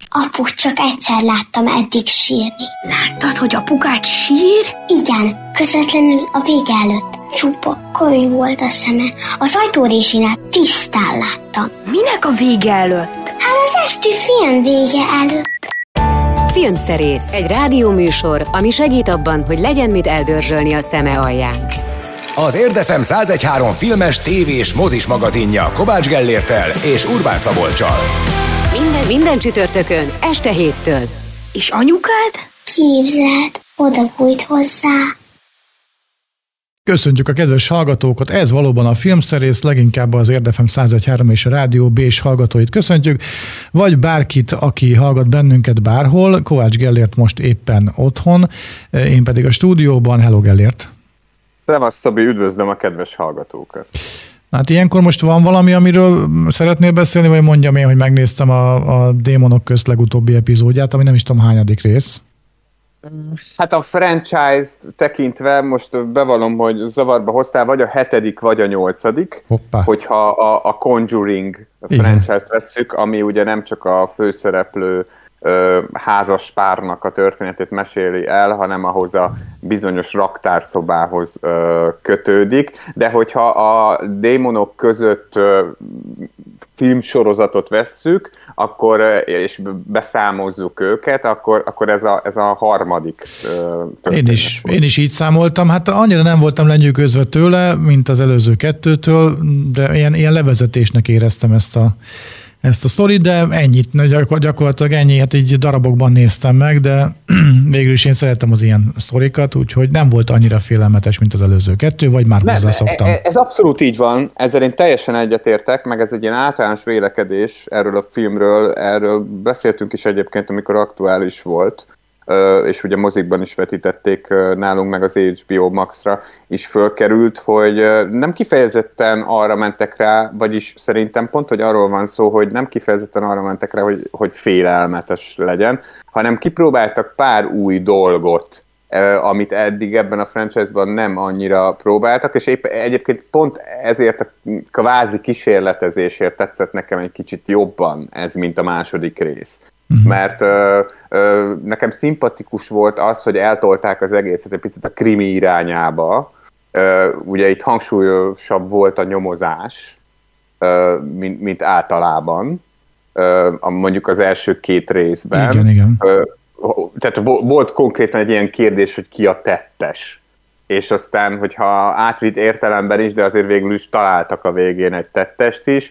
Aput csak egyszer láttam eddig sírni. Láttad, hogy apukát sír? Igen, közvetlenül a vége előtt. Csupa könyv volt a szeme. Az ajtórésinál tisztán láttam. Minek a vége előtt? Hát az esti film vége előtt. Filmszerész, egy rádióműsor, ami segít abban, hogy legyen mit eldörzsölni a szeme alján. Az Érdefem 101.3 filmes, tévés, mozis magazinja Kovács Gellérttel és Urbán Szabolccsal. Minden csütörtökön, este 7-től. És anyukád? Képzeld, oda bújt hozzá. Köszöntjük a kedves hallgatókat, ez valóban a Filmszerész, leginkább az Érdefem 101.3 és a Rádió B-s hallgatóit köszöntjük, vagy bárkit, aki hallgat bennünket bárhol. Kovács Gellért most éppen otthon, én pedig a stúdióban. Hello Gellért! Szevasz Szabi, üdvözlöm a kedves hallgatókat! Hát ilyenkor most van valami, amiről szeretnél beszélni, vagy mondjam én, hogy megnéztem a Démonok közt legutóbbi epizódját, ami nem is tudom hányadik rész. Hát a franchise-t tekintve most bevallom, hogy zavarba hoztál vagy a 7. vagy a 8. Hoppá. Hogyha a Conjuring franchise-t vesszük, ami ugye nem csak a főszereplő házas párnak a történetét meséli el, hanem ahhoz a bizonyos raktárszobához kötődik, de hogyha a Démonok között filmsorozatot vesszük, akkor, és beszámozzuk őket, akkor ez a harmadik történet. Én is így számoltam, hát annyira nem voltam lenyűgözve tőle, mint az előző kettőtől, de ilyen levezetésnek éreztem ezt a sztorit, de ennyit, gyakorlatilag ennyi, hát így darabokban néztem meg, de végül is én szeretem az ilyen sztorikat, úgyhogy nem volt annyira félelmetes, mint az előző kettő, vagy már hozzászoktam. Ez abszolút így van, ezzel én teljesen egyetértek, meg ez egy ilyen általános vélekedés erről a filmről, erről beszéltünk is egyébként, amikor aktuális volt, és ugye mozikban is vetítették nálunk, meg az HBO Max-ra is fölkerült, hogy nem kifejezetten arra mentek rá, vagyis szerintem pont, hogy arról van szó, hogy nem kifejezetten arra mentek rá, hogy félelmetes legyen, hanem kipróbáltak pár új dolgot, amit eddig ebben a franchise-ban nem annyira próbáltak, és épp egyébként pont ezért a kvázi kísérletezésért tetszett nekem egy kicsit jobban ez, mint a második rész. Mert nekem szimpatikus volt az, hogy eltolták az egészet egy picit a krimi irányába. Ugye itt hangsúlyosabb volt a nyomozás, mint általában, mondjuk az első két részben. Igen. Tehát volt konkrétan egy ilyen kérdés, hogy ki a tettes. És aztán, hogyha átvitt értelemben is, de azért végül is találtak a végén egy tettest is,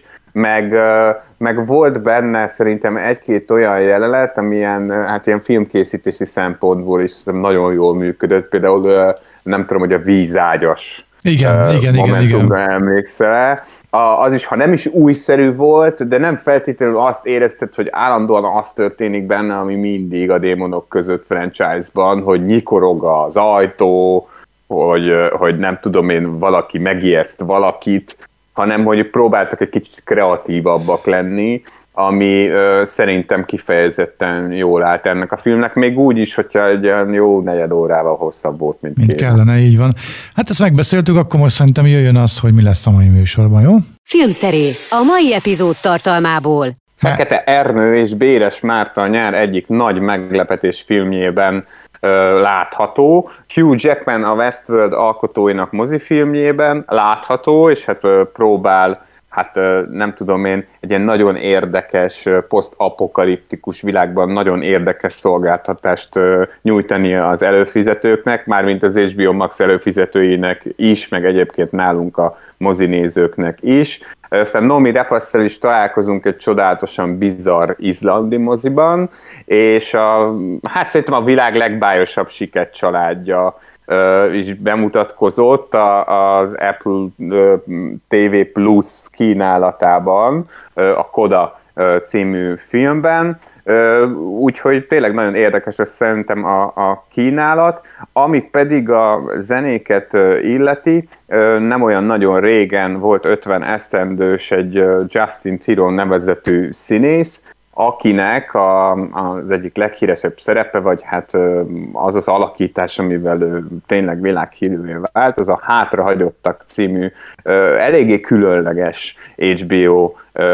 meg volt benne szerintem egy-két olyan jelenet, ami ilyen filmkészítési szempontból is nagyon jól működött. Például nem tudom, hogy a vízágyas momentumra emlékszel. Az is, ha nem is újszerű volt, de nem feltétlenül azt érezted, hogy állandóan az történik benne, ami mindig a Démonok között franchise-ban, hogy nyikorog az ajtó, hogy nem tudom én, valaki megijeszt valakit, hanem hogy próbáltak egy kicsit kreatívabbak lenni, ami szerintem kifejezetten jól állt ennek a filmnek, még úgy is, hogyha egy olyan jó negyed órával hosszabb volt, mint kellene, így van. Hát ezt megbeszéltük, akkor most szerintem jöjjön az, hogy mi lesz a mai műsorban, jó? Filmszerész, a mai epizód tartalmából. Fekete Ernő és Béres Márta a nyár egyik nagy meglepetés filmjében látható. Hugh Jackman a Westworld alkotóinak mozifilmjében látható, és hát próbál, nem tudom én, egy ilyen nagyon érdekes, posztapokaliptikus világban nagyon érdekes szolgáltatást nyújtani az előfizetőknek, mármint az HBO Max előfizetőinek is, meg egyébként nálunk a mozinézőknek is. Aztán Noomi Rapace-szel is találkozunk egy csodálatosan bizarr izlandi moziban, és szerintem a világ legbájosabb siket családja is bemutatkozott az Apple TV Plus kínálatában, a Coda című filmben, úgyhogy tényleg nagyon érdekes ez szerintem a kínálat, ami pedig a zenéket illeti, nem olyan nagyon régen volt 50 esztendős egy Justin Theroux nevezetű színész, akinek az egyik leghíresebb szerepe, vagy hát az az alakítás, amivel ő tényleg világhírűvé vált, az a Hátrahagyottak című eléggé különleges HBO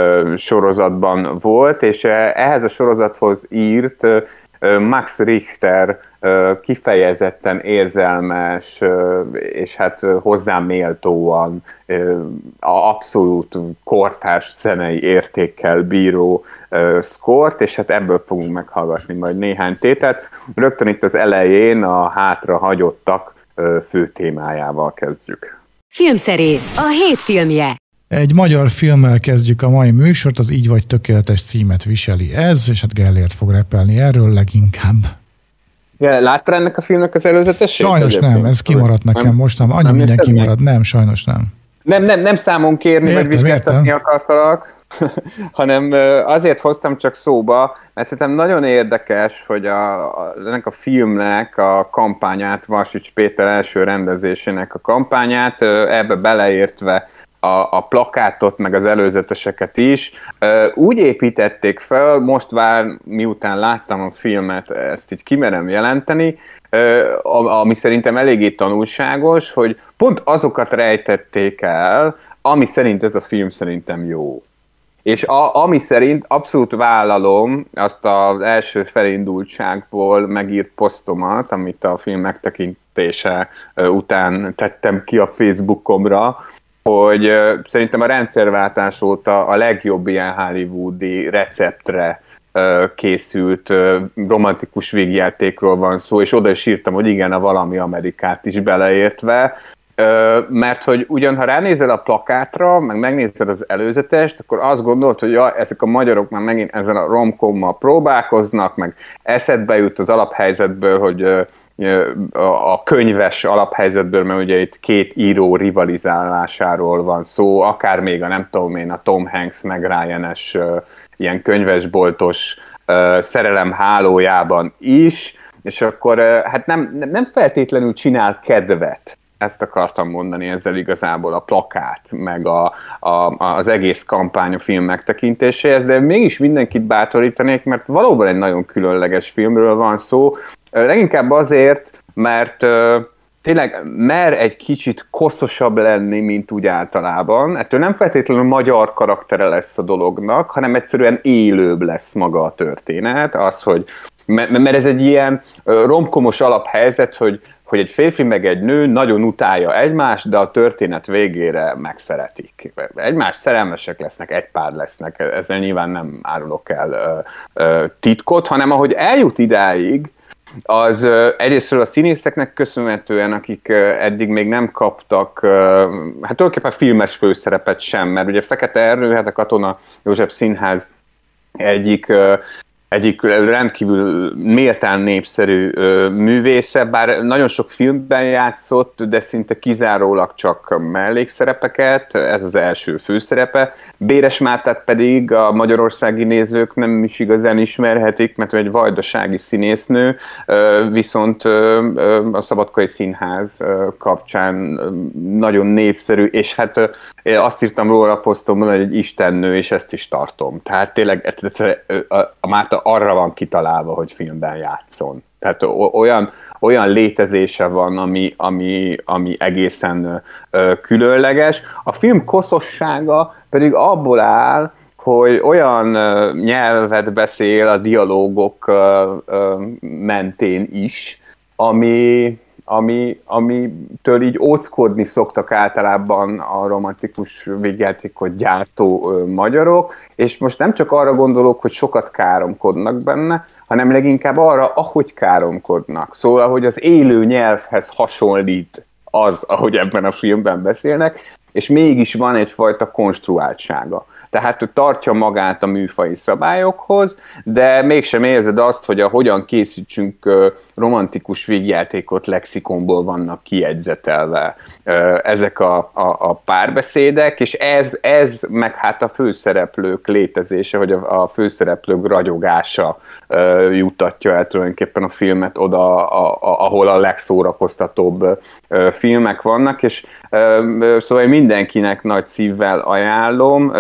sorozatban volt, és ehhez a sorozathoz írt Max Richter kifejezetten érzelmes, és hát hozzám méltóan abszolút kortárs zenei értékkel bíró szkort, és hát ebből fogunk meghallgatni majd néhány tételt. Rögtön itt az elején a Hátrahagyottak fő témájával kezdjük. Filmszerész, a hét filmje. Egy magyar filmmel kezdjük a mai műsort, az Így vagy tökéletes címet viseli ez, és hát Gellért fog repelni erről leginkább. Ja, láttál ennek a filmnek az előzetesét? Sajnos nem, ez kimaradt nekem most, annyi minden kimarad, nem, sajnos nem. Nem számon kérni, vagy vizsgáztatni akartalak, hanem azért hoztam csak szóba, mert szerintem nagyon érdekes, hogy ennek a filmnek a kampányát, Varsics Péter első rendezésének a kampányát, ebbe beleértve a plakátot, meg az előzeteseket is, úgy építették fel, most már miután láttam a filmet, ezt így kimerem jelenteni, ami szerintem eléggé tanulságos, hogy pont azokat rejtették el, ami szerint ez a film szerintem jó. És ami szerint abszolút vállalom azt az első felindultságból megírt posztomat, amit a film megtekintése után tettem ki a Facebookomra, hogy szerintem a rendszerváltás óta a legjobb ilyen hollywoodi receptre készült romantikus végjátékról van szó, és oda is írtam, hogy igen, a Valami Amerikát is beleértve, mert hogy ugyan, ha ránézel a plakátra, meg megnézed az előzetest, akkor azt gondolod, hogy ja, ezek a magyarok már megint ezen a romkommal próbálkoznak, meg eszedbe jut az alaphelyzetből, hogy a könyves alaphelyzetből, mert ugye itt két író rivalizálásáról van szó, akár még a Tom Hanks meg Ryan-es ilyen könyvesboltos szerelem hálójában is, és akkor hát nem feltétlenül csinál kedvet, ezt akartam mondani ezzel igazából a plakát, meg az egész kampány a film megtekintéséhez, de mégis mindenkit bátorítanék, mert valóban egy nagyon különleges filmről van szó, leginkább azért, mert tényleg mer egy kicsit koszosabb lenni, mint úgy általában. Ettől nem feltétlenül magyar karaktere lesz a dolognak, hanem egyszerűen élőbb lesz maga a történet. Az, hogy, mert ez egy ilyen romkomos alaphelyzet, hogy egy férfi meg egy nő nagyon utálja egymást, de a történet végére megszeretik. Egymás szerelmesek lesznek, egy pár lesznek, ezzel nyilván nem árulok el titkot, hanem ahogy eljut idáig, az egyrésztről a színészeknek köszönhetően, akik eddig még nem kaptak, hát tulajdonképpen filmes főszerepet sem, mert ugye Fekete Ernő, hát a Katona József Színház egyik rendkívül méltán népszerű művésze, bár nagyon sok filmben játszott, de szinte kizárólag csak mellékszerepeket, ez az első főszerepe. Béres Mártát pedig a magyarországi nézők nem is igazán ismerhetik, mert egy vajdasági színésznő, viszont a Szabadkai Színház kapcsán nagyon népszerű, és hát azt írtam róla a posztomban, hogy egy istennő, és ezt is tartom. Tehát tényleg a Márta arra van kitalálva, hogy filmben játszon. Tehát olyan létezése van, ami egészen különleges. A film koszossága pedig abból áll, hogy olyan nyelvet beszél a dialógok mentén is, amitől így óckodni szoktak általában a romantikus végjátékot gyártó magyarok, és most nem csak arra gondolok, hogy sokat káromkodnak benne, hanem leginkább arra, ahogy káromkodnak. Szóval, hogy az élő nyelvhez hasonlít az, ahogy ebben a filmben beszélnek, és mégis van egyfajta konstruáltsága. Tehát ő tartja magát a műfaji szabályokhoz, de mégsem érzed azt, hogy hogyan készítsünk romantikus vígjátékot lexikonból vannak kiegyzetelve ezek a párbeszédek, és ez meg hát a főszereplők létezése, vagy a főszereplők ragyogása juttatja el tulajdonképpen a filmet oda, ahol a legszórakoztatóbb filmek vannak, és szóval mindenkinek nagy szívvel ajánlom.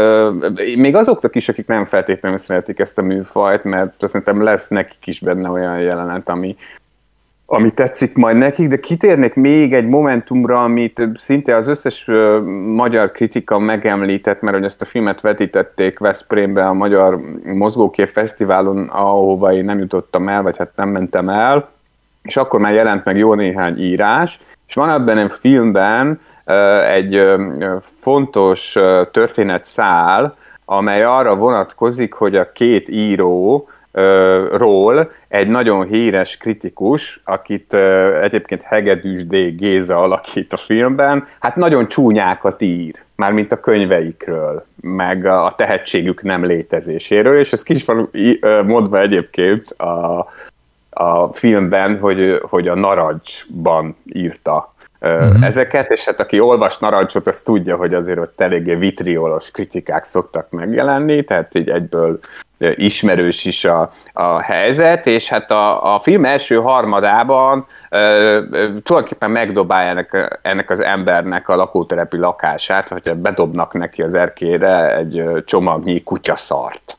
még azoknak is, akik nem feltétlenül szeretik ezt a műfajt, mert szerintem lesz nekik is benne olyan jelenet, ami tetszik majd nekik, de kitérnék még egy momentumra, amit szinte az összes magyar kritika megemlített, mert hogy ezt a filmet vetítették Veszprémbe a Magyar Mozgókép Fesztiválon, ahova én nem jutottam el, vagy hát nem mentem el, és akkor már jelent meg jó néhány írás, és van ebben a filmben egy fontos történetszál, amely arra vonatkozik, hogy a két íróról egy nagyon híres kritikus, akit egyébként Hegedűs D. Géza alakít a filmben, hát nagyon csúnyákat ír, mármint a könyveikről, meg a tehetségük nem létezéséről, és ez ki is van mondva egyébként a filmben, hogy a Narancsban írta ezeket, és hát aki olvas Narancsot, az tudja, hogy azért ott eléggé vitriolos kritikák szoktak megjelenni, tehát így egyből ismerős is a helyzet, és hát a film első harmadában tulajdonképpen megdobálják ennek az embernek a lakótelepi lakását, hogy bedobnak neki az erkélyre egy csomagnyi kutyaszart.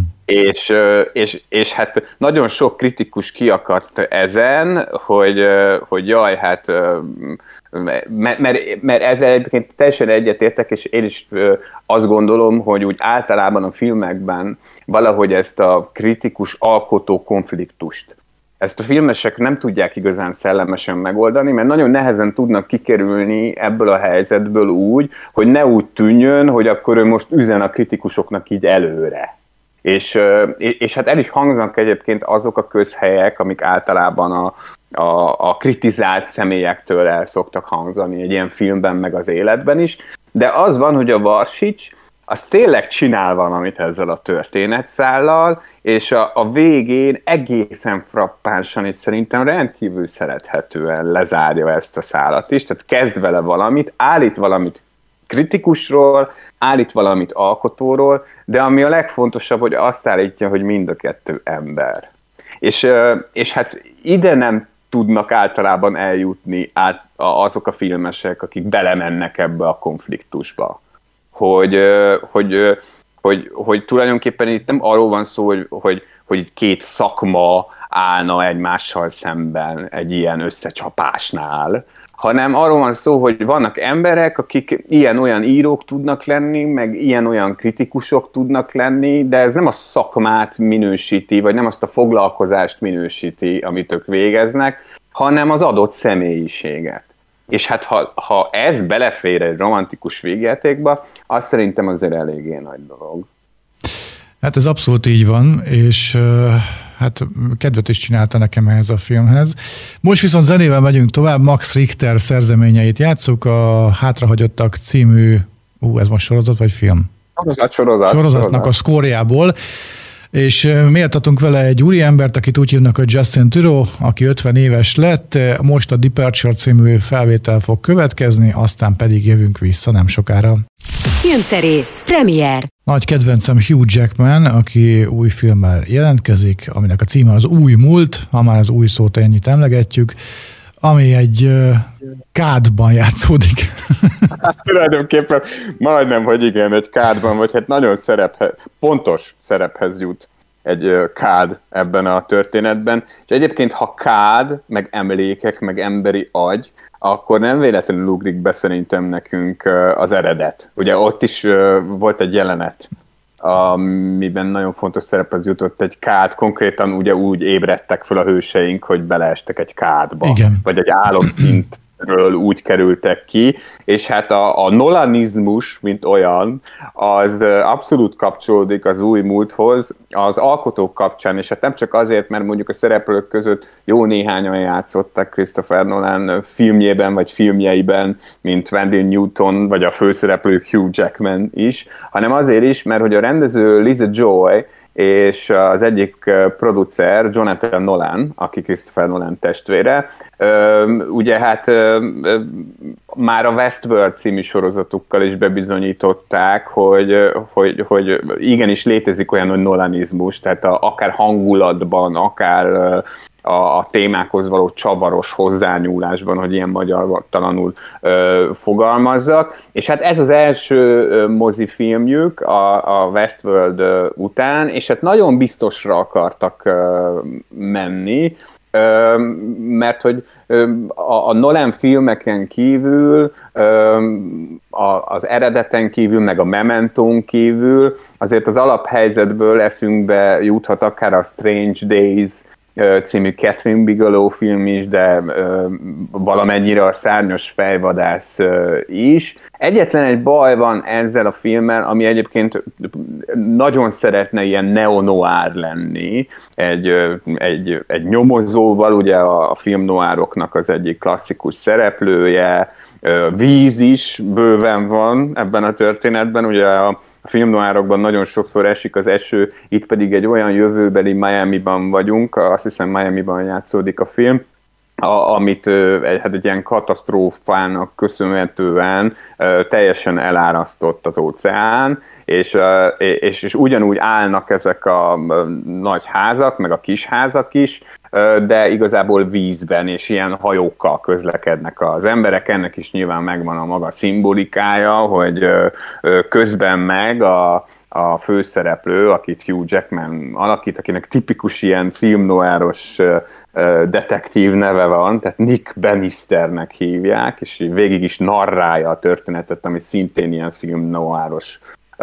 És hát nagyon sok kritikus kiakadt ezen, hogy jaj, hát mert ezzel egyébként teljesen egyetértek, és én is azt gondolom, hogy úgy általában a filmekben valahogy ezt a kritikus alkotó konfliktust, ezt a filmesek nem tudják igazán szellemesen megoldani, mert nagyon nehezen tudnak kikerülni ebből a helyzetből úgy, hogy ne úgy tűnjön, hogy akkor ő most üzen a kritikusoknak így előre. És hát el is hangzanak egyébként azok a közhelyek, amik általában a kritizált személyektől el szoktak hangzani egy ilyen filmben, meg az életben is, de az van, hogy a Varsics az tényleg csinál valamit ezzel a történetszállal, és a végén egészen frappánsan, és szerintem rendkívül szerethetően lezárja ezt a szálat is, tehát kezd vele valamit, állít valamit kritikusról, állít valamit alkotóról, de ami a legfontosabb, hogy azt állítja, hogy mind a kettő ember. És hát ide nem tudnak általában eljutni azok a filmesek, akik belemennek ebbe a konfliktusba. Hogy tulajdonképpen itt nem arról van szó, hogy két szakma állna egymással szemben egy ilyen összecsapásnál, hanem arról van szó, hogy vannak emberek, akik ilyen-olyan írók tudnak lenni, meg ilyen-olyan kritikusok tudnak lenni, de ez nem a szakmát minősíti, vagy nem azt a foglalkozást minősíti, amit ők végeznek, hanem az adott személyiséget. És hát ha ez belefér egy romantikus végjátékba, az szerintem azért eléggé nagy dolog. Hát ez abszolút így van, és hát kedvet is csinálta nekem ehhez a filmhez. Most viszont zenével megyünk tovább, Max Richter szerzeményeit játsszuk, a Hátrahagyottak című, ez most sorozat vagy film? Sorozatnak a szkórjából, és méltatunk vele egy úriembert, akit úgy hívnak, hogy Justin Theroux, aki 50 éves lett, most a Departure című felvétel fog következni, aztán pedig jövünk vissza nem sokára. Filmszerész, premier. Nagy kedvencem Hugh Jackman, aki új filmmel jelentkezik, aminek a címe az Új múlt, ha már az új szót ennyit emlegetjük, ami egy kádban játszódik. Hát tulajdonképpen majdnem, hogy igen, egy kádban, vagy hát nagyon fontos szerephez jut egy kád ebben a történetben. És egyébként, ha kád, meg emlékek, meg emberi agy, akkor nem véletlenül ugrik be szerintem nekünk az eredet. Ugye ott is volt egy jelenet, amiben nagyon fontos szerephez jutott egy kád, konkrétan ugye úgy ébredtek fel a hőseink, hogy beleestek egy kádba. Igen. Vagy egy álomszintről úgy kerültek ki, és hát a nolanizmus, mint olyan, az abszolút kapcsolódik az új múlthoz, az alkotók kapcsán, és hát nem csak azért, mert mondjuk a szereplők között jó néhányan játszottak Christopher Nolan filmjében, vagy filmjeiben, mint Wendy Newton, vagy a főszereplő Hugh Jackman is, hanem azért is, mert hogy a rendező Lisa Joy és az egyik producer, Jonathan Nolan, aki Christopher Nolan testvére, ugye hát már a Westworld című sorozatukkal is bebizonyították, hogy igenis létezik olyan, hogy nolanizmus, tehát akár hangulatban, akár a témákhoz való csavaros hozzányúlásban, hogy ilyen magyartalanul fogalmazzak. És hát ez az első mozifilmjük a Westworld után, és hát nagyon biztosra akartak menni, mert hogy a Nolan filmeken kívül, az Eredeten kívül, meg a Mementón kívül azért az alaphelyzetből eszünkbe juthat akár a Strange Days című Catherine Bigelow film is, de valamennyire a Szárnyas fejvadász is. Egyetlen egy baj van ezzel a filmmel, ami egyébként nagyon szeretne ilyen neo-noir lenni, egy nyomozóval, ugye a film noiroknak az egyik klasszikus szereplője, víz is bőven van ebben a történetben, ugye a filmnoárokban nagyon sokszor esik az eső, itt pedig egy olyan jövőbeli Miamiban vagyunk, azt hiszem Miamiban játszódik a film, amit egy ilyen katasztrófának köszönhetően teljesen elárasztott az óceán, és ugyanúgy állnak ezek a nagy házak, meg a kis házak is, de igazából vízben, és ilyen hajókkal közlekednek az emberek. Ennek is nyilván megvan a maga szimbolikája, hogy közben meg a főszereplő, akit Hugh Jackman alakít, akinek tipikus ilyen filmnoáros detektív neve van, tehát Nick Bannisternek hívják, és végig is narrálja a történetet, ami szintén ilyen filmnoáros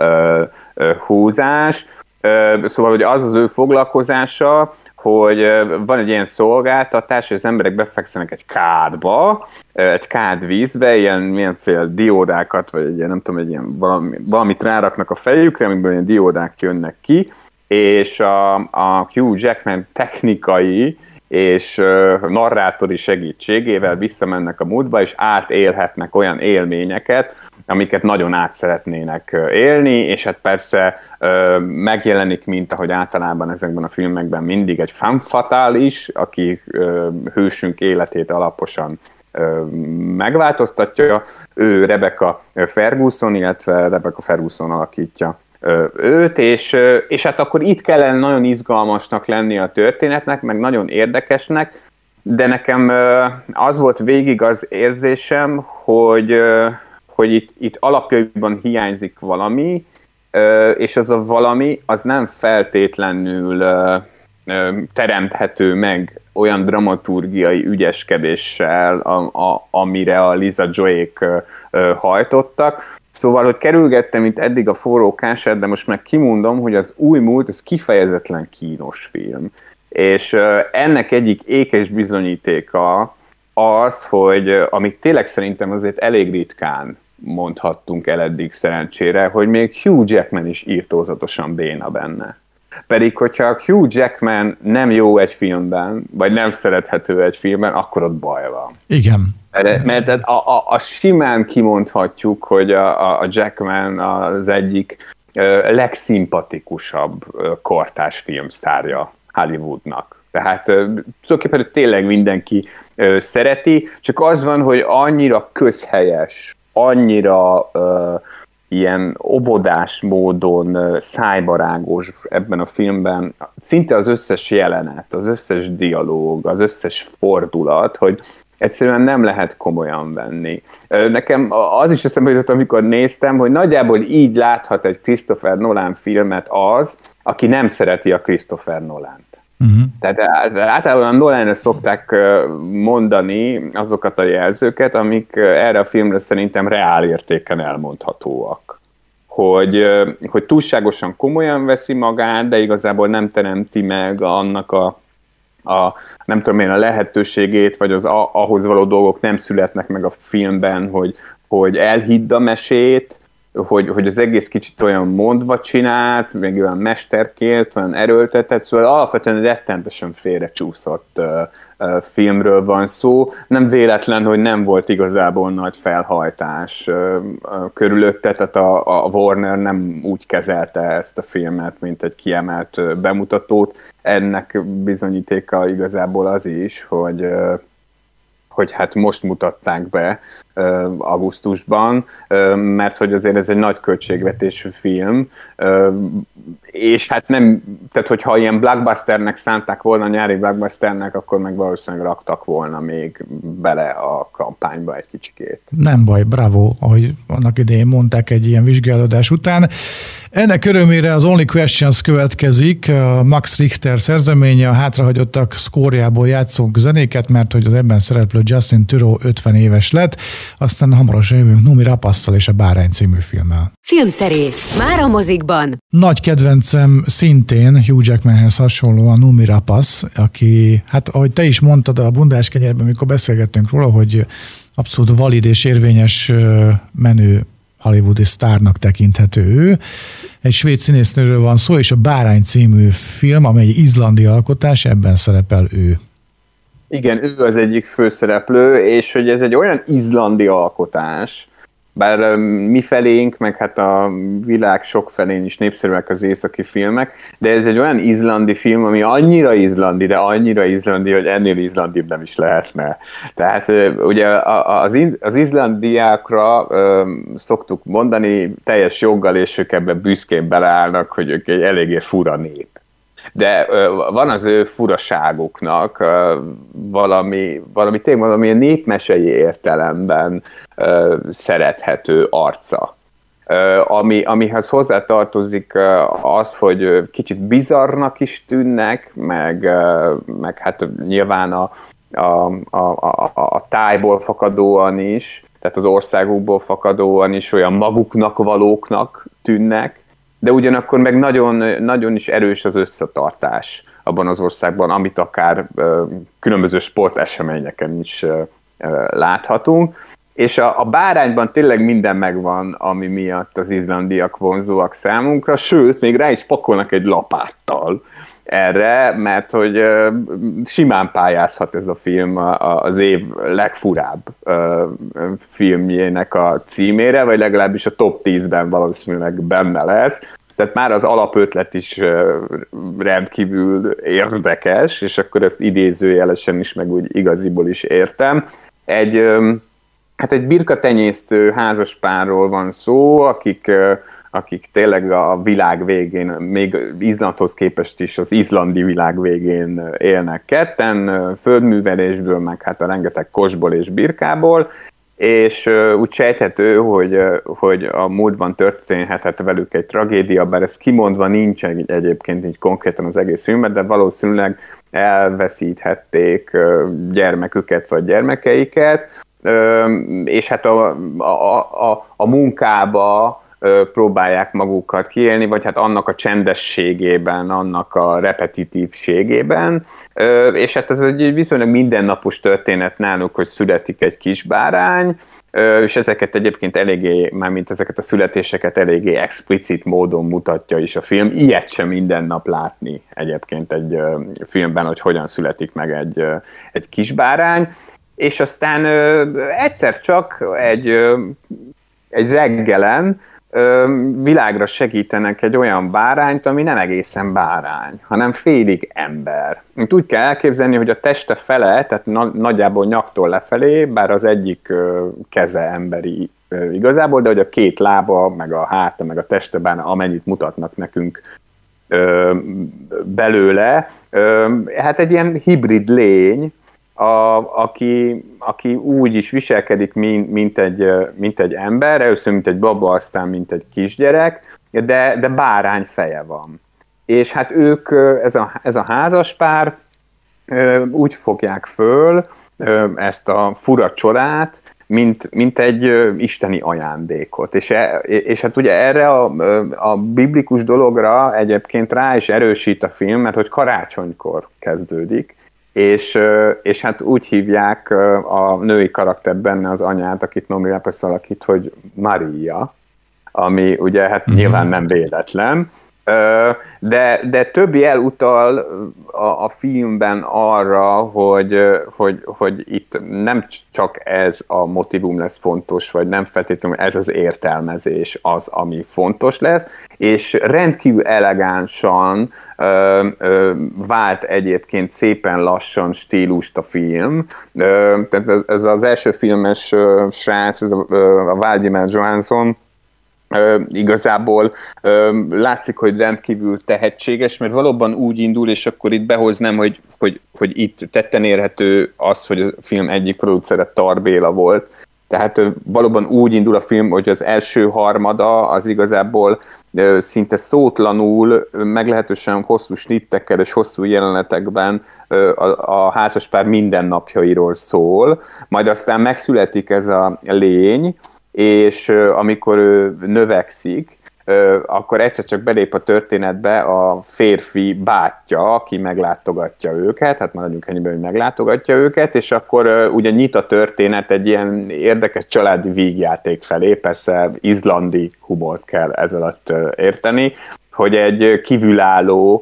húzás. Szóval, hogy az ő foglalkozása, hogy van egy ilyen szolgáltatás, hogy az emberek befekszenek egy kádba, egy kád vízbe, milyenféle diódákat, vagy egy ilyen, nem tudom, egy ilyen valamit ráraknak a fejükre, amiből ilyen diódák jönnek ki, és a Hugh Jackman technikai és narrátori segítségével visszamennek a múltba, és átélhetnek olyan élményeket, amiket nagyon át szeretnének élni, és hát persze megjelenik, mint ahogy általában ezekben a filmekben mindig egy femme fatale is, aki hősünk életét alaposan megváltoztatja. Ő Rebecca Ferguson, illetve Rebecca Ferguson alakítja őt, és hát akkor itt kellene nagyon izgalmasnak lenni a történetnek, meg nagyon érdekesnek, de nekem az volt végig az érzésem, hogy itt alapjaiban hiányzik valami, és az a valami, az nem feltétlenül teremthető meg olyan dramaturgiai ügyeskedéssel, amire a Lisa Joy-ék hajtottak. Szóval, hogy kerülgettem itt eddig a forró kását, de most meg kimondom, hogy az Új múlt, ez kifejezetlen kínos film. És ennek egyik ékes bizonyítéka az, hogy amit tényleg szerintem azért elég ritkán mondhattunk el eddig szerencsére, hogy még Hugh Jackman is írtózatosan béna benne. Pedig, hogyha Hugh Jackman nem jó egy filmben, vagy nem szerethető egy filmben, akkor ott baj van. Igen. Mert a simán kimondhatjuk, hogy a Jackman az egyik legszimpatikusabb kortárs filmsztárja Hollywoodnak. Tehát tulajdonképpen tényleg mindenki szereti, csak az van, hogy annyira közhelyes, annyira ilyen óvodás módon szájbarágos ebben a filmben, szinte az összes jelenet, az összes dialóg, az összes fordulat, hogy egyszerűen nem lehet komolyan venni. Nekem az is eszembe jutott, amikor néztem, hogy nagyjából így láthat egy Christopher Nolan filmet az, aki nem szereti a Christopher Nolant. Uh-huh. Tehát általában a Nolanre szokták mondani azokat a jelzőket, amik erre a filmre szerintem reálértéken elmondhatóak. Hogy túlságosan komolyan veszi magát, de igazából nem teremti meg annak nem tudom én, a lehetőségét, vagy az ahhoz való dolgok nem születnek meg a filmben, hogy elhidd a mesét, hogy az egész kicsit olyan mondva csinált, meg olyan mesterkélt, olyan erőltetett, szóval alapvetően rettentesen félrecsúszott filmről van szó. Nem véletlen, hogy nem volt igazából nagy felhajtás körülötte, tehát a Warner nem úgy kezelte ezt a filmet, mint egy kiemelt bemutatót. Ennek bizonyítéka igazából az is, hogy hát most mutatták be augusztusban, mert hogy azért ez egy nagy költségvetésű film, és hát nem, tehát hogyha ilyen blockbusternek szánták volna, nyári blockbusternek, akkor meg valószínűleg raktak volna még bele a kampányba egy kicsikét. Nem baj, bravo, ahogy annak idején mondták egy ilyen vizsgálódás után. Ennek örömére az Only Questions következik, a Max Richter szerzeménye, a hátrahagyottak szkórjából játszunk zenéket, mert hogy az ebben szereplő Justin Theroux 50 éves lett, aztán hamarosan jövünk Noomi Rapace-szal és a Bárány című filmmel. Filmszerész, már a mozikban. Nagy kedvencem szintén Hugh Jackmanhez hasonlóan Noomi Rapace, aki, hát ahogy te is mondtad a Bundás kenyérben, amikor beszélgettünk róla, hogy abszolút valid és érvényes menő hollywoodi sztárnak tekinthető ő. Egy svéd színésznőről van szó, és a Bárány című film, amely izlandi alkotás, ebben szerepel ő. Igen, ő az egyik főszereplő, és hogy ez egy olyan izlandi alkotás, bár mi felénk, meg hát a világ sok felén is népszerűek az északi filmek, de ez egy olyan izlandi film, ami annyira izlandi, de annyira izlandi, hogy ennél izlandibb nem is lehetne. Tehát ugye az izlandiákra szoktuk mondani teljes joggal, és ők ebben büszkén beleállnak, hogy ők egy eléggé fura nép. De van az ő furaságuknak valami népmesei értelemben szerethető arca. Amihez hozzátartozik az, hogy kicsit bizarrnak is tűnnek, meg hát nyilván a tájból fakadóan is, tehát az országukból fakadóan is olyan maguknak valóknak tűnnek, de ugyanakkor meg nagyon, nagyon is erős az összetartás abban az országban, amit akár különböző sporteseményeken is láthatunk. És a Bárányban tényleg minden megvan, ami miatt az izlandiak vonzóak számunkra, sőt, még rá is pakolnak egy lapáttal erre, mert hogy simán pályázhat ez a film az év legfurább filmjének a címére, vagy legalábbis a top 10-ben valószínűleg benne lesz. Tehát már az alapötlet is rendkívül érdekes, és akkor ezt idézőjelesen is, meg úgy igaziból is értem. Egy birkatenyésztő házaspárról van szó, akik tényleg a világ végén, még Izlandhoz képest is az izlandi világ végén élnek ketten, földművelésből, meg hát a rengeteg kosból és birkából, és úgy sejthető, hogy a múltban történhetett velük egy tragédia, bár ez kimondva nincs egyébként így konkrétan az egész filmben, de valószínűleg elveszíthették gyermeküket vagy gyermekeiket, és hát a munkába próbálják magukat kiélni, vagy hát annak a csendességében, annak a repetitívségében, és hát ez egy viszonylag mindennapos történet náluk, hogy születik egy kis bárány, és ezeket egyébként eléggé, mármint ezeket a születéseket eléggé explicit módon mutatja is a film. Ilyet sem minden nap látni egyébként egy filmben, hogy hogyan születik meg egy kis bárány, és aztán egyszer csak egy reggelen világra segítenek egy olyan bárányt, ami nem egészen bárány, hanem félig ember. Úgy kell elképzelni, hogy a teste fele, tehát nagyjából nyaktól lefelé, bár az egyik keze emberi igazából, de hogy a két lába, meg a háta, meg a teste, bár amennyit mutatnak nekünk belőle, hát egy ilyen hibrid lény, aki úgy is viselkedik, mint egy ember, először mint egy baba, aztán mint egy kisgyerek, de bárány feje van. És hát ők, ez a házaspár úgy fogják föl ezt a fura csodát, mint egy isteni ajándékot. És hát ugye erre a biblikus dologra egyébként rá is erősít a film, mert hogy karácsonykor kezdődik, és hát úgy hívják a női karakter benne az anyát, akit Noomi Rapace alakít, hogy Maria, ami ugye hát nyilván nem véletlen, de több jel utal a filmben arra, hogy itt nem csak ez a motivum lesz fontos, vagy nem feltétlenül ez az értelmezés az, ami fontos lesz, és rendkívül elegánsan vált egyébként szépen lassan stílust a film. Tehát ez az első filmes srác, a Valdimar Johansson, igazából látszik, hogy rendkívül tehetséges, mert valóban úgy indul, és akkor itt behoznám, hogy itt tetten érhető az, hogy a film egyik producere Tar Béla volt. Tehát valóban úgy indul a film, hogy az első harmada az igazából szinte szótlanul, meglehetősen hosszú snittekkel és hosszú jelenetekben a házaspár mindennapjairól szól, majd aztán megszületik ez a lény, és amikor ő növekszik, akkor egyszer csak belép a történetbe a férfi bátyja, aki meglátogatja őket, hát maradjunk ennyiben, hogy meglátogatja őket, és akkor ugye nyit a történet egy ilyen érdekes családi vígjáték felé, persze izlandi humort kell ez alatt érteni, hogy egy kívülálló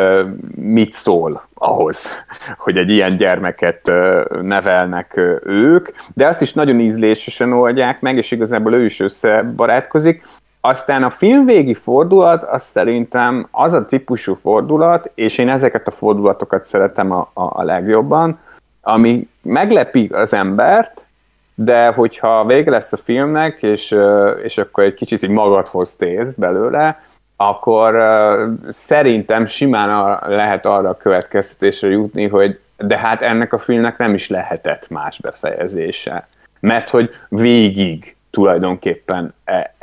mit szól ahhoz, hogy egy ilyen gyermeket nevelnek ők, de azt is nagyon ízlésesen oldják meg, és igazából ő is összebarátkozik. Aztán a film végi fordulat, az szerintem az a típusú fordulat, és én ezeket a fordulatokat szeretem a legjobban, ami meglepi az embert, de hogyha vége lesz a filmnek, és akkor egy kicsit így magadhoz tész belőle, akkor szerintem simán lehet arra a következtetésre jutni, hogy de hát ennek a filmnek nem is lehetett más befejezése. Mert hogy végig tulajdonképpen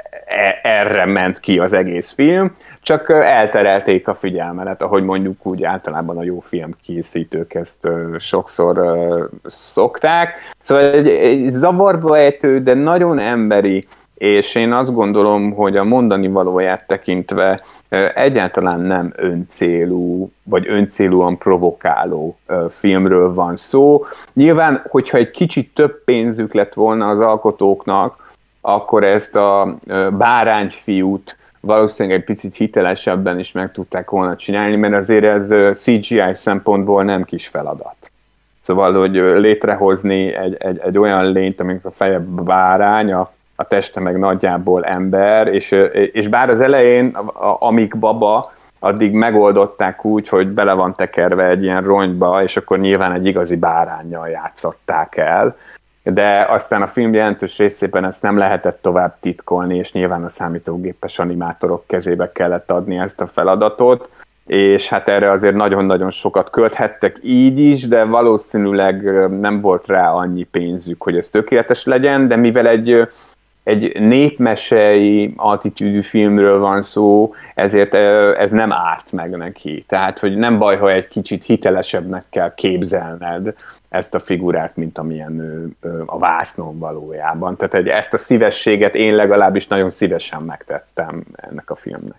erre ment ki az egész film, csak elterelték a figyelmet, ahogy mondjuk úgy általában a jó filmkészítők ezt sokszor szokták. Szóval egy zavarba ejtő, de nagyon emberi, és én azt gondolom, hogy a mondani valóját tekintve egyáltalán nem öncélú, vagy öncélúan provokáló filmről van szó. Nyilván, hogyha egy kicsit több pénzük lett volna az alkotóknak, akkor ezt a bárányfiút valószínűleg egy picit hitelesebben is meg tudták volna csinálni, mert azért ez CGI szempontból nem kis feladat. Szóval, hogy létrehozni egy olyan lényt, amikor a feje bárány, a teste meg nagyjából ember, és bár az elején, amíg baba, addig megoldották úgy, hogy bele van tekerve egy ilyen rongyba, és akkor nyilván egy igazi báránnyal játszották el, de aztán a film jelentős részében ezt nem lehetett tovább titkolni, és nyilván a számítógépes animátorok kezébe kellett adni ezt a feladatot, és hát erre azért nagyon-nagyon sokat költhettek így is, de valószínűleg nem volt rá annyi pénzük, hogy ez tökéletes legyen, de mivel egy népmesei attitűdű filmről van szó, ezért ez nem árt meg neki. Tehát, hogy nem baj, ha egy kicsit hitelesebbnek kell képzelned ezt a figurát, mint amilyen a vásznon valójában. Tehát ezt a szívességet én legalábbis nagyon szívesen megtettem ennek a filmnek.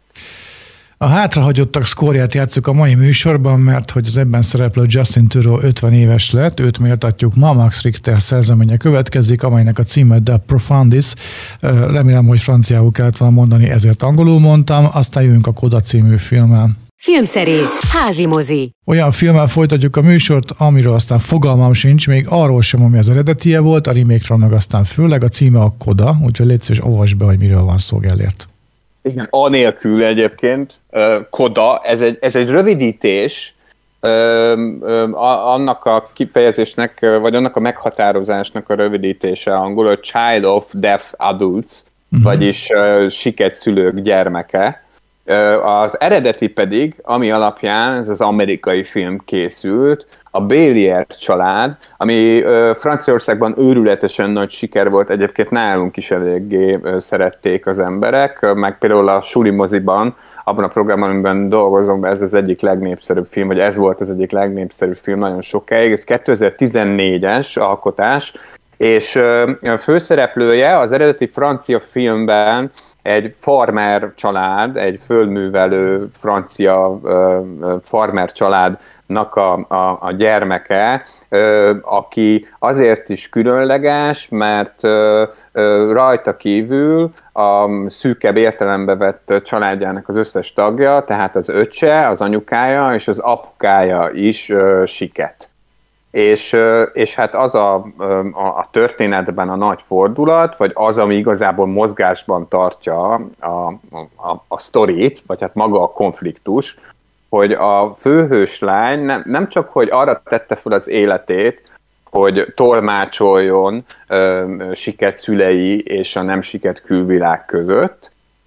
A hátrahagyottak szkórját játsszuk a mai műsorban, mert hogy az ebben szereplő Justin Theroux 50 éves lett, őt méltatjuk ma, Max Richter szerzeménye következik, amelynek a címe The Profundis. Remélem, hogy franciául kellett volna mondani, ezért angolul mondtam, aztán jövünk a Coda című filmmel. Filmszerész, házi mozi. Olyan filmmel folytatjuk a műsort, amiről aztán fogalmam sincs, még arról sem, ami az eredetie volt, a remake-ről meg aztán főleg, a címe a Coda, úgyhogy légy szíves, olvasd be, hogy miről van szó, Gellért. Igen, anélkül egyébként, Coda, ez egy rövidítés annak a kifejezésnek, vagy annak a meghatározásnak a rövidítése angolul, Child of Deaf Adults, vagyis siket szülők gyermeke. Az eredeti pedig, ami alapján ez az amerikai film készült, a Bélier család, ami Franciaországban őrületesen nagy siker volt, egyébként nálunk is eléggé szerették az emberek, meg például a suli moziban, abban a programban, amiben dolgozom, ez az egyik legnépszerűbb film, vagy ez volt az egyik legnépszerűbb film nagyon sokáig, ez 2014-es alkotás, és a főszereplője az eredeti francia filmben egy farmer család, egy földművelő francia farmer családnak a gyermeke, aki azért is különleges, mert rajta kívül a szűkebb értelembe vett családjának az összes tagja, tehát az öccse, az anyukája és az apukája is siket. És hát az a történetben a nagy fordulat, vagy az, ami igazából mozgásban tartja a sztorit, vagy hát maga a konfliktus, hogy a főhős lány nem csak, hogy arra tette fel az életét, hogy tolmácsoljon siket szülei és a nem siket külvilág között,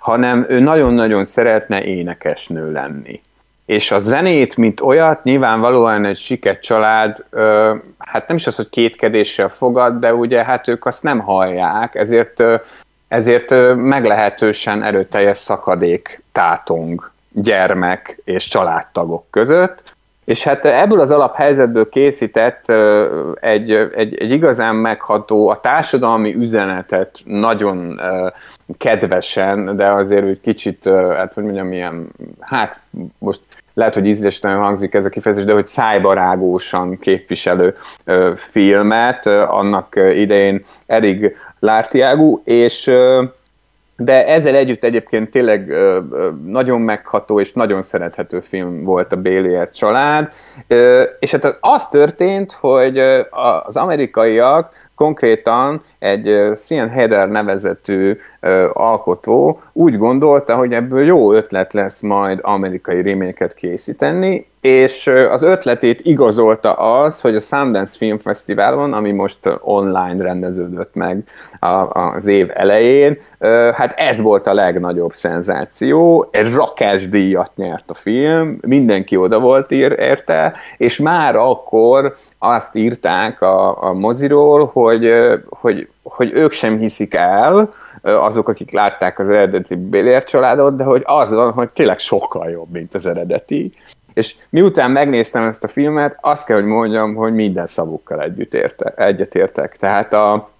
hanem ő nagyon-nagyon szeretne énekesnő lenni. És a zenét, mint olyat, nyilvánvalóan egy siket család, hát nem is az, hogy kétkedéssel fogad, de ugye hát ők azt nem hallják, ezért meglehetősen erőteljes szakadék tátong gyermek és családtagok között, és hát ebből az alaphelyzetből készített egy igazán megható, a társadalmi üzenetet nagyon kedvesen, de azért úgy kicsit, hát hogy mondjam, ilyen, hát most lehet, hogy ízléstelen hangzik ez a kifejezés, de hogy szájbarágósan képviselő filmet, annak idején Eric Lartiagu, és de ezzel együtt egyébként tényleg nagyon megható és nagyon szerethető film volt a Bélier család, és hát az történt, hogy az amerikaiak konkrétan egy Sian Heder nevezetű alkotó úgy gondolta, hogy ebből jó ötlet lesz majd amerikai remake-et készíteni, és az ötletét igazolta az, hogy a Sundance Film Fesztiválon, ami most online rendeződött meg az év elején, hát ez volt a legnagyobb szenzáció, egy rakásdíjat nyert a film, mindenki oda volt érte, és már akkor azt írták a moziról, hogy ők sem hiszik el, azok, akik látták az eredeti Bélier családot, de hogy az van, hogy tényleg sokkal jobb, mint az eredeti. És miután megnéztem ezt a filmet, azt kell, hogy mondjam, hogy minden szavukkal egyetértek. Tehát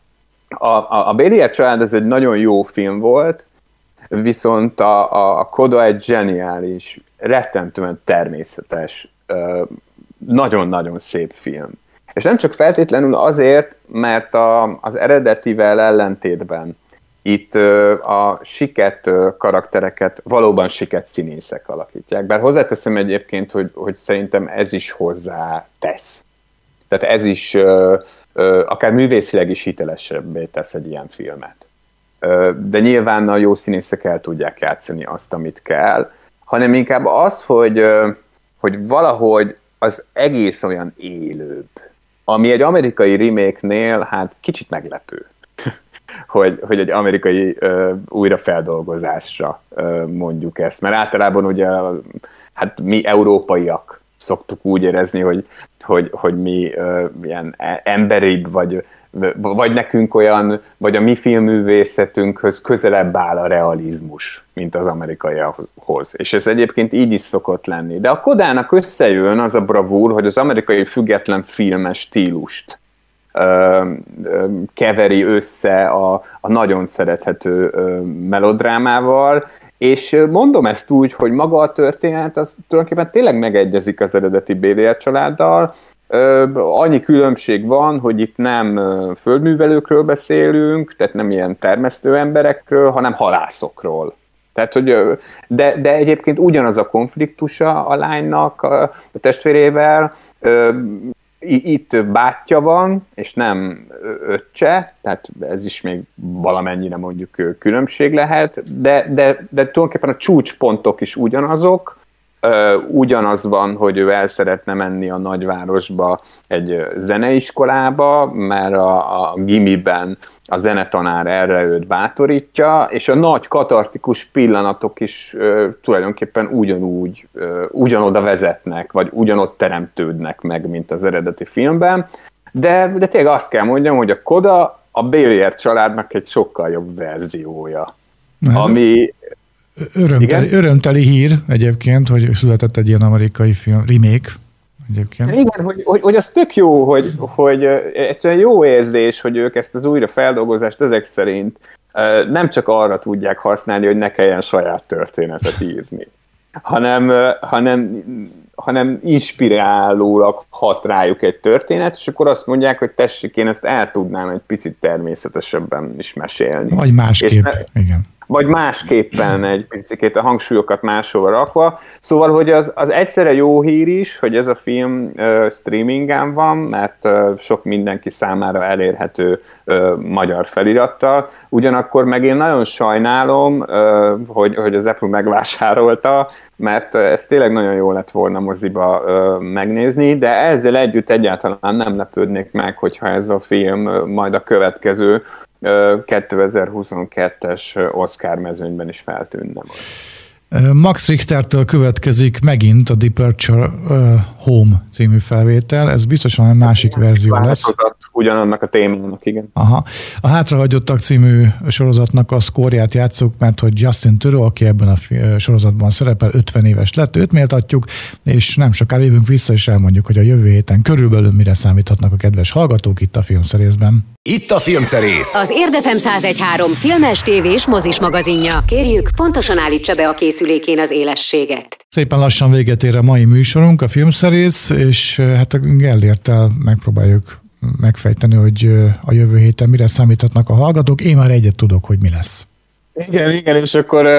a Bélier család ez egy nagyon jó film volt, viszont a Coda egy zseniális, rettentően természetes, nagyon-nagyon szép film. És nem csak feltétlenül azért, mert az eredetivel ellentétben itt a siket karaktereket valóban siket színészek alakítják. Bár hozzáteszem egyébként, hogy szerintem ez is hozzá tesz. Tehát ez is akár művészileg is hitelesebbé tesz egy ilyen filmet. De nyilván a jó színészek el tudják játszani azt, amit kell, hanem inkább az, hogy valahogy az egész olyan élőbb, ami egy amerikai remake-nél hát kicsit meglepő, hogy egy amerikai újrafeldolgozásra mondjuk ezt, mert általában ugye hát mi európaiak szoktuk úgy érezni, hogy mi ilyen emberibb, vagy nekünk olyan, vagy a mi filmművészetünkhöz közelebb áll a realizmus, mint az amerikaiakhoz. És ez egyébként így is szokott lenni. De a Kodának összejön az a bravúr, hogy az amerikai független filmes stílust keveri össze a nagyon szerethető melodrámával, és mondom ezt úgy, hogy maga a történet az tulajdonképpen tényleg megegyezik az eredeti Bélier családdal. Annyi különbség van, hogy itt nem földművelőkről beszélünk, tehát nem ilyen termesztő emberekről, hanem halászokról. Tehát, hogy, de egyébként ugyanaz a konfliktusa a lánynak a testvérével, itt bátyja van, és nem öccse, tehát ez is még valamennyire mondjuk különbség lehet, de tulajdonképpen a csúcspontok is ugyanazok, ugyanaz van, hogy ő el szeretne menni a nagyvárosba egy zeneiskolába, mert a gimiben a zenetanár erre őt bátorítja, és a nagy katartikus pillanatok is tulajdonképpen ugyanoda vezetnek, vagy ugyanott teremtődnek meg, mint az eredeti filmben, de tényleg azt kell mondjam, hogy a Coda a Bélier családnak egy sokkal jobb verziója, ami... Örömteli hír egyébként, hogy született egy ilyen amerikai film, remake egyébként. Igen, hogy az tök jó, hogy egyszerűen jó érzés, hogy ők ezt az újrafeldolgozást ezek szerint nem csak arra tudják használni, hogy ne kelljen saját történetet írni, hanem inspirálólag hat rájuk egy történet, és akkor azt mondják, hogy tessék, én ezt el tudnám egy picit természetesebben is mesélni. Vagy másképp, igen. Vagy másképpen egy picit a hangsúlyokat máshova rakva. Szóval, hogy az egyszerre jó hír is, hogy ez a film streamingen van, mert sok mindenki számára elérhető magyar felirattal. Ugyanakkor meg én nagyon sajnálom, hogy az Apple megvásárolta, mert ez tényleg nagyon jó lett volna moziba megnézni, de ezzel együtt egyáltalán nem lepődnék meg, hogyha ez a film majd a következő 2022-es Oscar mezőnyben is feltűnne. Max Richtertől következik megint a Departure Home című felvétel, ez biztosan egy másik verzió lesz. Ugyanannak a témának, igen. Aha. A Hátrahagyottak című sorozatnak a szkórját játsszuk, mert hogy Justin Theroux, aki ebben a sorozatban szerepel, 50 éves lett, őt méltatjuk, és nem sokára jövünk vissza, és elmondjuk, hogy a jövő héten körülbelül mire számíthatnak a kedves hallgatók itt a Filmszerészben. Itt a Filmszerész. Az Érdefem 101.3 filmes, tévés, mozis magazinja. Kérjük, pontosan állítsa be a készülékén az élességet. Szépen lassan véget ér a mai műsorunk, a Filmszerész, és hát a Gellérttel megpróbáljuk megfejteni, hogy a jövő héten mire számíthatnak a hallgatók. Én már egyet tudok, hogy mi lesz. Igen, és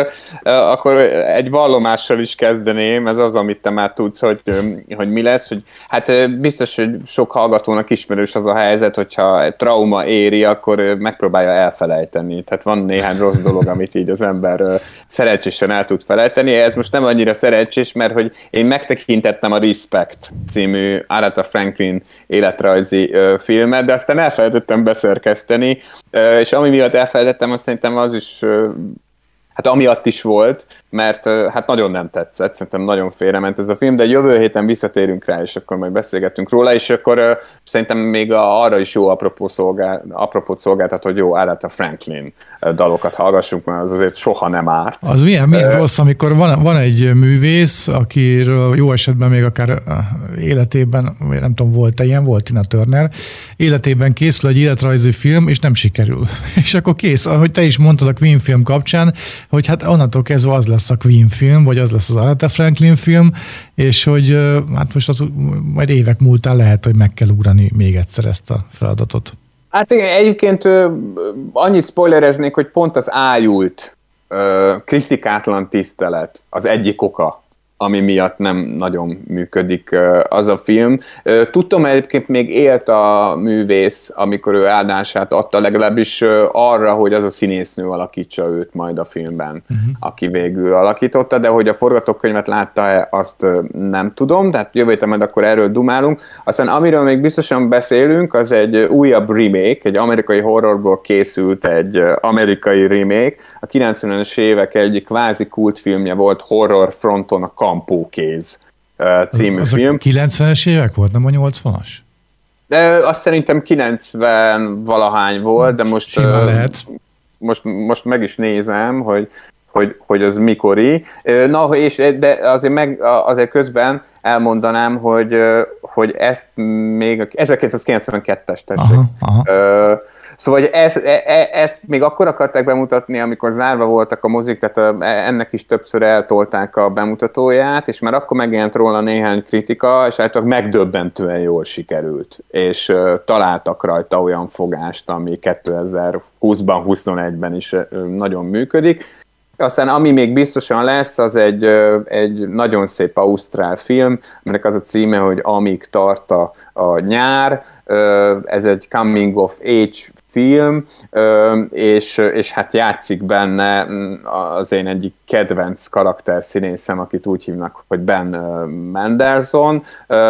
akkor egy vallomással is kezdeném, ez az, amit te már tudsz, hogy mi lesz, hogy hát biztos, hogy sok hallgatónak ismerős az a helyzet, hogyha trauma éri, akkor megpróbálja elfelejteni. Tehát van néhány rossz dolog, amit így az ember szerencsésen el tud felejteni. Ez most nem annyira szerencsés, mert hogy én megtekintettem a Respect című Aretha Franklin életrajzi filmet, de aztán elfelejtettem beszerkeszteni, és ami miatt elfelejtettem, azt szerintem az is hát amiatt is volt, mert hát nagyon nem tetszett, szerintem nagyon félrement ez a film, de jövő héten visszatérünk rá, és akkor majd beszélgetünk róla, és akkor szerintem még arra is jó apropót szolgáltat, hogy jó Aretha Franklin dalokat hallgassunk, mert az azért soha nem árt. Az milyen rossz, amikor van egy művész, akiről jó esetben még akár életében, nem tudom, volt-e ilyen, volt Tina Turner, életében készül egy életrajzi film, és nem sikerül. És akkor kész, ahogy te is mondtad a Queen film kapcsán, hogy hát onnantól kezdve az lesz a Queen film, vagy az lesz az Aretha Franklin film, és hogy hát most majd évek múltán lehet, hogy meg kell ugrani még egyszer ezt a feladatot. Hát igen, egyébként annyit spoilereznék, hogy pont az ájult, kritikátlan tisztelet az egyik oka, ami miatt nem nagyon működik az a film. Tudtam, egyébként még élt a művész, amikor ő áldását adta, legalábbis arra, hogy az a színésznő alakítsa őt majd a filmben, aki végül alakította, de hogy a forgatókönyvet látta-e, azt nem tudom, tehát jövő héten majd akkor erről dumálunk. Aztán amiről még biztosan beszélünk, az egy újabb remake, egy amerikai horrorból készült egy amerikai remake. A 90-es évek egyik kvázi kultfilmje volt horror fronton a Kampókéz című az film. A 90-es évek volt, nem a 80-as? De azt szerintem 90 valahány volt, de most, lehet. most meg is nézem, hogy az mikori. Na, de azért közben elmondanám, hogy ezt még 1992-es tessék. Aha. Szóval ezt még akkor akarták bemutatni, amikor zárva voltak a mozik, tehát ennek is többször eltolták a bemutatóját, és már akkor megjelent róla néhány kritika, és általában megdöbbentően jól sikerült. És találtak rajta olyan fogást, ami 2020-ban, 2021-ben is nagyon működik. Aztán ami még biztosan lesz, az egy nagyon szép ausztrál film, aminek az a címe, hogy Amíg tart a nyár. Ez egy coming of age film, és hát játszik benne az én egyik kedvenc karakterszínészem, akit úgy hívnak, hogy Ben Mendelsohn.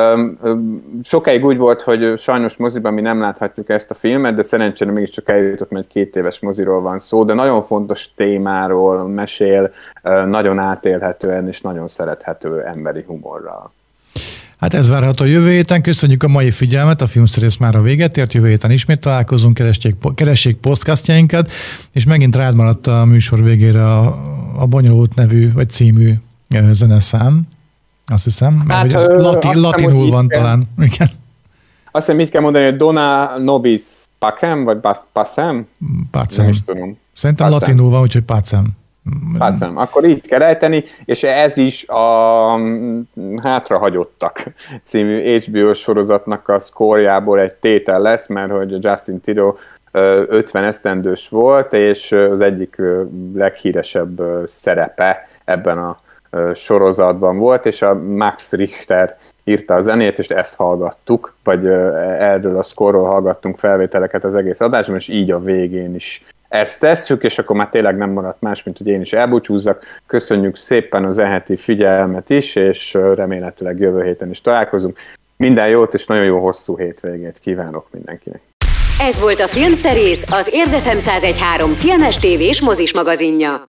Sokáig úgy volt, hogy sajnos moziban mi nem láthatjuk ezt a filmet, de szerencsére mégiscsak eljutott, mert 2 éves moziról van szó, de nagyon fontos témáról mesél, nagyon átélhetően és nagyon szerethető emberi humorral. Hát ez várható a jövő héten. Köszönjük a mai figyelmet, a Filmszerész már a véget ért, jövő héten ismét találkozunk, keressék podcastjainkat, és megint rád maradt a műsor végére a Bonyolult nevű, vagy című zeneszám, azt hiszem, mert hát, latinul van talán. Igen. Azt hiszem, mit kell mondani, hogy Dona Nobis Pacem, vagy Pacem? Pacem. Nem is tudom. Szerintem Pacem. Latinul van, úgyhogy Pacem. Pacem. Akkor így kell ejteni, és ez is a Hátrahagyottak című HBO sorozatnak a szkórjából egy tétel lesz, mert hogy Justin Theroux 50 esztendős volt, és az egyik leghíresebb szerepe ebben a sorozatban volt, és a Max Richter írta a zenét, és ezt hallgattuk, vagy erről a szkórról hallgattunk felvételeket az egész adásban, és így a végén is ezt tesszük, és akkor már tényleg nem maradt más, mint hogy én is elbúcsúzzak. Köszönjük szépen az eheti figyelmet is, és remélhetőleg jövő héten is találkozunk. Minden jót, és nagyon jó hosszú hétvégét kívánok mindenkinek. Ez volt a Filmszerész, az Érdefem 101.3 filmes tévés mozis magazinja.